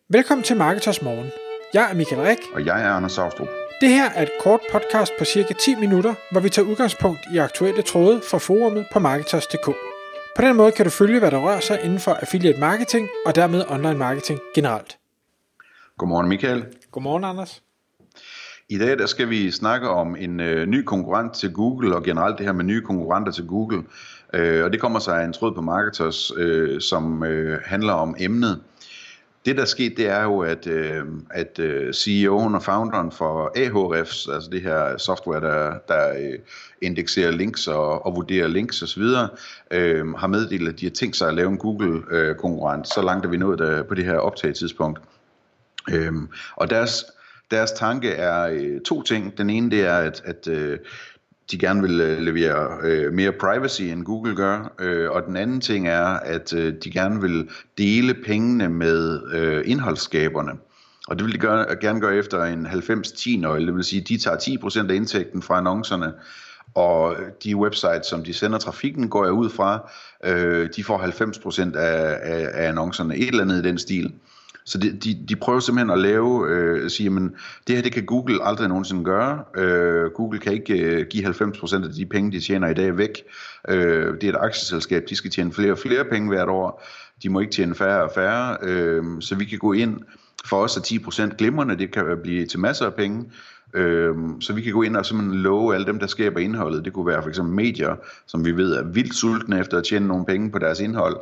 Velkommen til Marketers Morgen. Jeg er Michael Rik. Og jeg er Anders Saustrup. Det her er et kort podcast på cirka 10 minutter, hvor vi tager udgangspunkt i aktuelle tråde fra forumet på Marketers.dk. På den måde kan du følge, hvad der rører sig inden for affiliate marketing og dermed online marketing generelt. Godmorgen Michael. Godmorgen Anders. I dag der skal vi snakke om en ny konkurrent til Google, og generelt det her med nye konkurrenter til Google. Og det kommer sig af en tråd på Marketers, som handler om emnet. Det der er sket, det er jo, at CEO'en og founderen for Ahrefs, altså det her software, der indekserer links og vurderer links osv., har meddelt, at de har tænkt sig at lave en Google-konkurrent. Så langt er vi nået på det her optagetidspunkt. Og deres tanke er to ting. Den ene det er, at de gerne vil levere mere privacy, end Google gør. Og den anden ting er, at de gerne vil dele pengene med indholdsskaberne. Og det vil de gerne gøre efter en 90-10-nøgle. Det vil sige, at de tager 10% af indtægten fra annoncerne, og de websites, som de sender trafikken, går jeg ud fra, de får 90% af annoncerne. Et eller andet i den stil. Så de prøver simpelthen at lave, sige, men det her det kan Google aldrig nogensinde gøre. Google kan ikke give 90% af de penge, de tjener i dag væk. Det er et aktieselskab, de skal tjene flere og flere penge hvert år. De må ikke tjene færre og færre, så vi kan gå ind. For os er 10% glimrende, det kan blive til masser af penge. Så vi kan gå ind og simpelthen love alle dem, der skaber indholdet. Det kunne være for eksempel medier, som vi ved er vildt sultne efter at tjene nogle penge på deres indhold.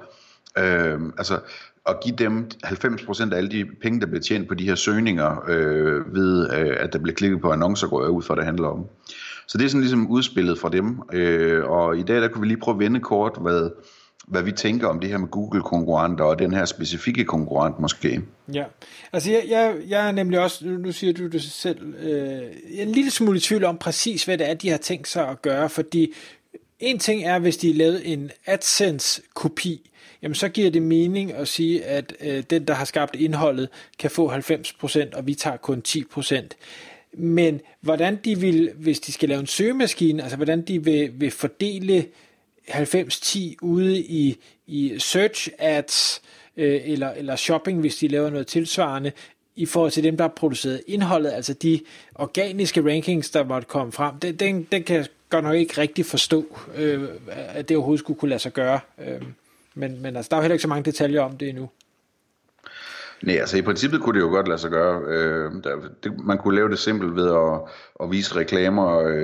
Og give dem 90% af alle de penge, der bliver tjent på de her søgninger, ved at der bliver klikket på annoncer, går jeg ud fra, det handler om. Så det er sådan ligesom udspillet fra dem. Og i dag der kunne vi lige prøve at vende kort, hvad vi tænker om det her med Google-konkurrenter og den her specifikke konkurrent måske. Ja, altså jeg er nemlig også, nu siger du det selv, en lille smule i tvivl om præcis, hvad det er, de har tænkt sig at gøre, fordi en ting er, hvis de lavede en AdSense-kopi, jamen så giver det mening at sige, at den, der har skabt indholdet, kan få 90%, og vi tager kun 10%. Men hvordan de vil, hvis de skal lave en søgemaskine, altså hvordan de vil fordele 90-10 ude i search ads, eller shopping, hvis de laver noget tilsvarende, i forhold til dem, der har produceret indholdet, altså de organiske rankings, der måtte komme frem, den kan jeg godt nok ikke rigtig forstå, at det overhovedet skulle kunne lade sig gøre. Men altså, der er jo heller ikke så mange detaljer om det endnu. Nej, altså i princippet kunne det jo godt lade sig gøre. Man kunne lave det simpelt ved at vise reklamer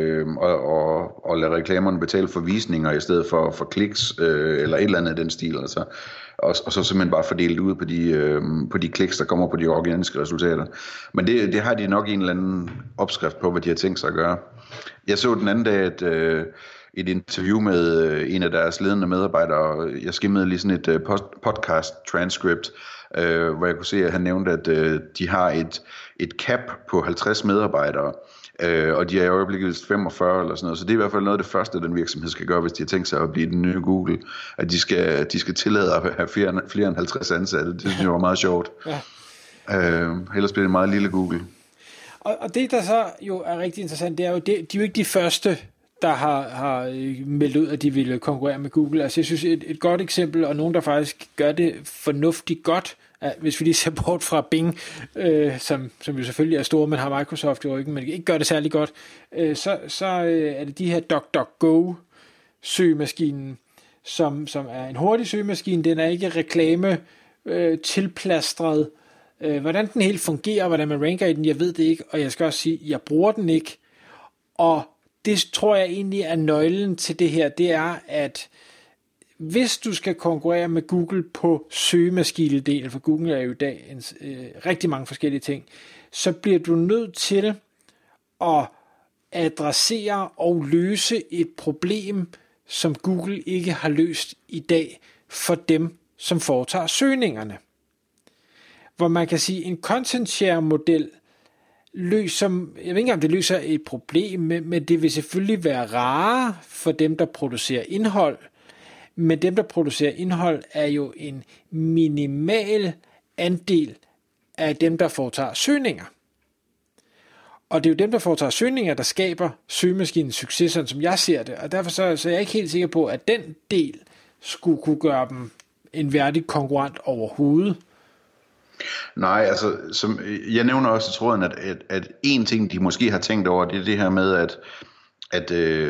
og lade reklamerne betale for visninger i stedet for kliks eller et eller andet af den stil. Altså. Og så simpelthen bare fordele det ud på de kliks, der kommer på de organiske resultater. Men det har de nok en eller anden opskrift på, hvad de har tænkt sig at gøre. Jeg så den anden dag et interview med en af deres ledende medarbejdere. Jeg skimmede lige sådan et podcast transcript, hvor jeg kunne se, at han nævnte, at de har et cap på 50 medarbejdere, og de er i øjeblikket 45 eller sådan noget. Så det er i hvert fald noget af det første, den virksomhed skal gøre, hvis de har tænkt sig at blive den nye Google, at de skal tillade at have flere end 50 ansatte. Det synes jeg var meget sjovt. Ja. Ellers bliver det en meget lille Google. Og det, der så jo er rigtig interessant, det er jo, de er jo ikke de første, der har meldt ud, at de ville konkurrere med Google. Altså jeg synes, et godt eksempel, og nogen, der faktisk gør det fornuftigt godt, hvis vi lige ser bort fra Bing, som jo selvfølgelig er store, men har Microsoft i ryggen, men ikke gør det særlig godt, så er det de her DuckDuckGo-søgemaskinen, som er en hurtig søgemaskine. Den er ikke reklame tilplastret. Hvordan den helt fungerer, hvordan man ranker i den, jeg ved det ikke, og jeg skal også sige, jeg bruger den ikke, og det tror jeg egentlig er nøglen til det her, det er, at hvis du skal konkurrere med Google på søgemaskinedelen, for Google er jo i dag rigtig mange forskellige ting, så bliver du nødt til at adressere og løse et problem, som Google ikke har løst i dag for dem, som foretager søgningerne. Hvor man kan sige, en content share model løser, jeg ved ikke engang, om det løser et problem, men det vil selvfølgelig være rarere for dem, der producerer indhold, men dem, der producerer indhold, er jo en minimal andel af dem, der foretager søgninger. Og det er jo dem, der foretager søgninger, der skaber søgemaskinens succes, sådan som jeg ser det, og derfor så er jeg ikke helt sikker på, at den del skulle kunne gøre dem en værdig konkurrent overhovedet. Nej, altså, som jeg nævner også i tråden, at en ting, de måske har tænkt over, det er det her med, at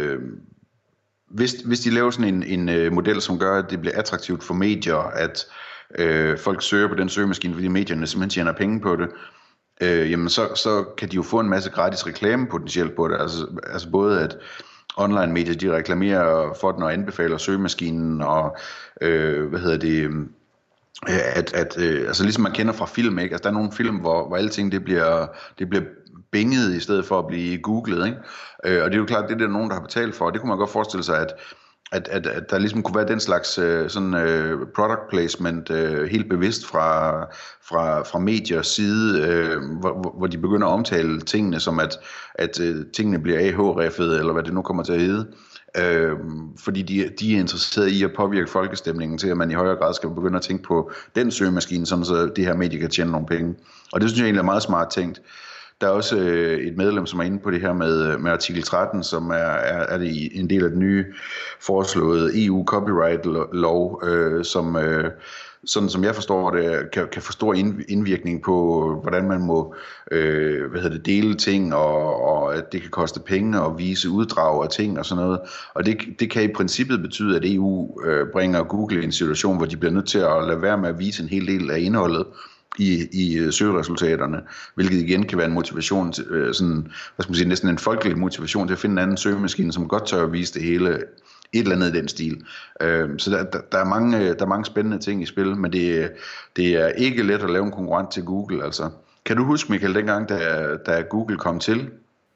hvis de laver sådan en model, som gør, at det bliver attraktivt for medier, at folk søger på den søgemaskine, fordi medierne simpelthen tjener penge på det, jamen så kan de jo få en masse gratis reklame potentielt på det. Altså både at online medier, de reklamerer for den og anbefaler søgemaskinen, og altså ligesom man kender fra film, ikke? Altså der er nogle film, hvor alting det bliver binget i stedet for at blive googlet, ikke? Og det er jo klart, det er der nogen, der har betalt for, og det kunne man godt forestille sig, at der ligesom kunne være den slags product placement helt bevidst fra mediers side, hvor de begynder at omtale tingene som at tingene bliver AH-riffet, eller hvad det nu kommer til at hedde. Fordi de er interesseret i at påvirke folkestemningen til, at man i højere grad skal begynde at tænke på den søgemaskine, sådan så det her medie kan tjene nogle penge. Og det synes jeg egentlig er meget smart tænkt. Der er også et medlem, som er inde på det her med artikel 13, som er det en del af den nye foreslåede EU copyright-lov, som sådan som jeg forstår det, kan få stor indvirkning på, hvordan man må dele ting, og at det kan koste penge at vise uddrag af ting og sådan noget. Og det kan i princippet betyde, at EU bringer Google i en situation, hvor de bliver nødt til at lade være med at vise en hel del af indholdet i søgeresultaterne, hvilket igen kan være en motivation til, sådan, hvad skal man sige, næsten en folkelig motivation til at finde en anden søgemaskine, som godt tør at vise det hele, et eller andet i den stil. Så der er mange spændende ting i spil, men det er ikke let at lave en konkurrent til Google. Altså. Kan du huske, Michael, dengang, da Google kom til?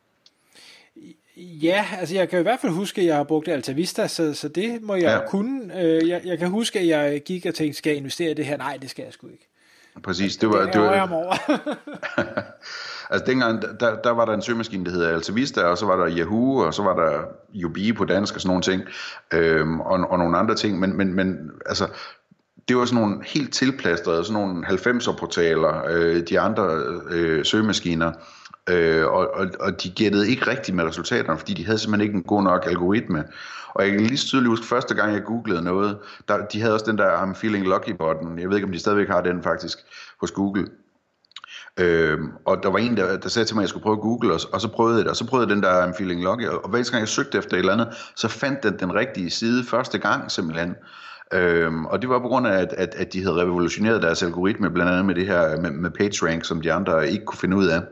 Ja, altså jeg kan i hvert fald huske, at jeg har brugt Alta Vista, så det må jeg kunne. Jeg kan huske, at jeg gik og tænkte, skal jeg investere i det her? Nej, det skal jeg sgu ikke. Præcis, det var jeg over. Altså dengang, der var der en søgemaskine, der hedder Alta Vista, og så var der Yahoo, og så var der Yubi på dansk og sådan nogle ting, og nogle andre ting, men altså, det var sådan nogle helt tilplastrede, sådan nogle 90'er portaler, de andre søgemaskiner, og de gættede ikke rigtigt med resultaterne, fordi de havde simpelthen ikke en god nok algoritme. Og jeg kan lige tydeligt huske, første gang jeg googlede noget, de havde også den der I'm feeling lucky-button. Jeg ved ikke, om de stadigvæk har den faktisk hos Google. Og der var en, der sagde til mig, at jeg skulle prøve Google, og så prøvede jeg det, og så prøvede jeg den der I'm feeling lucky, og hver gang jeg søgte efter et eller andet, så fandt den rigtige side første gang simpelthen. Og det var på grund af, at de havde revolutioneret deres algoritme, blandt andet med det her med PageRank, som de andre ikke kunne finde ud af.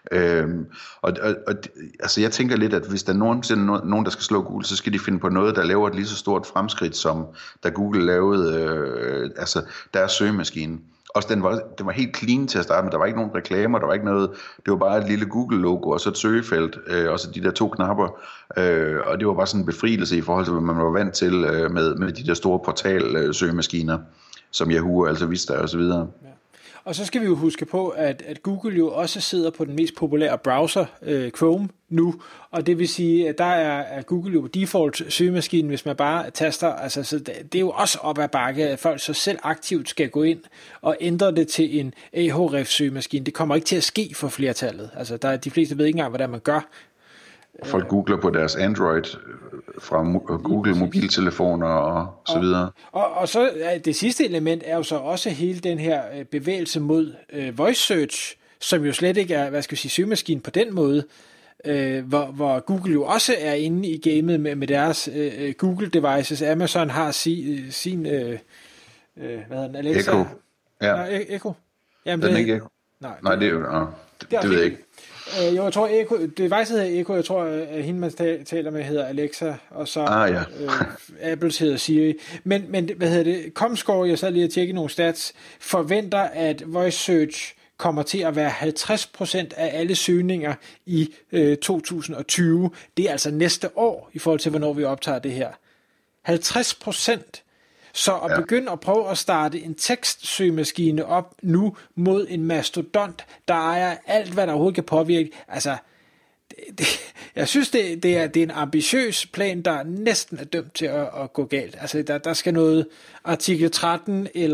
Altså jeg tænker lidt, at hvis der nogensinde nogen, der skal slå Google, så skal de finde på noget, der laver et lige så stort fremskridt, som da Google lavede deres søgemaskine. Også den var helt clean til at starte med, der var ikke nogen reklamer, der var ikke noget, det var bare et lille Google-logo, og så et søgefelt, og så de der 2 knapper, og det var bare sådan en befrielse i forhold til, hvad man var vant til med de der store portal-søgemaskiner, som Yahoo, Alta Vista og så videre. Ja. Og så skal vi jo huske på, at Google jo også sidder på den mest populære browser, Chrome, nu. Og det vil sige, at der er Google jo default søgemaskinen, hvis man bare taster. Altså, så det er jo også op ad bakke, at folk så selv aktivt skal gå ind og ændre det til en Ahrefs søgemaskine. Det kommer ikke til at ske for flertallet. Altså, de fleste ved ikke engang, hvordan man gør. Folk googler på deres Android fra Google mobiltelefoner og så videre. Og så det sidste element er jo så også hele den her bevægelse mod voice search, som jo slet ikke er, søgemaskine på den måde, hvor Google jo også er inde i gamet med deres Google devices. Amazon har sin hvad hedder den, Alexa? Echo. Ja. Nej, Echo. Jamen, den er ikke Echo. Nej, det er jo det ved jeg ikke. Jo, jeg tror, device hedder Echo, jeg tror, at hende, man taler med, hedder Alexa, og så Apples hedder Siri. Men hvad hedder det? Comscore, jeg sad lige og tjekke nogle stats, forventer, at voice search kommer til at være 50% af alle søgninger i 2020. Det er altså næste år, i forhold til, hvornår vi optager det her. 50%. Så at begynde at prøve at starte en tekstsøgemaskine op nu mod en mastodont, der ejer alt, hvad der overhovedet kan påvirke. Altså, jeg synes, det er en ambitiøs plan, der næsten er dømt til at gå galt. Altså, der skal noget artikel 13 eller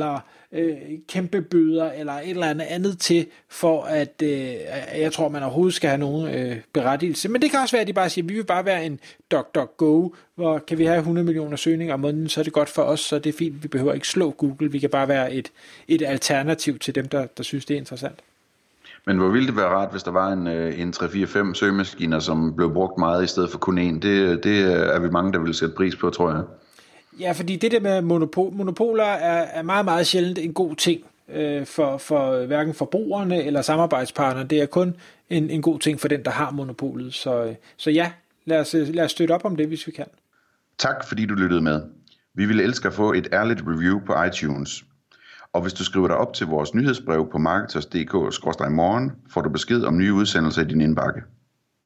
kæmpe bøder eller et eller andet til, for at jeg tror, man overhovedet skal have nogen berettigelse. Men det kan også være, at de bare siger, at vi vil bare være en DuckDuckGo, hvor kan vi have 100 millioner søgninger om måneden, så er det godt for os, så det er fint, vi behøver ikke slå Google, vi kan bare være et alternativ til dem, der synes, det er interessant. Men hvor ville det være rart, hvis der var en 3-4-5 søgemaskiner, som blev brugt meget i stedet for kun én. Det er vi mange, der vil sætte pris på, tror jeg. Ja, fordi det der med monopoler er meget, meget sjældent en god ting for hverken forbrugerne eller samarbejdspartnere. Det er kun en god ting for den, der har monopolet. Så ja, lad os støtte op om det, hvis vi kan. Tak fordi du lyttede med. Vi ville elske at få et ærligt review på iTunes. Og hvis du skriver dig op til vores nyhedsbrev på marketers.dk/morgen, får du besked om nye udsendelser i din indbakke.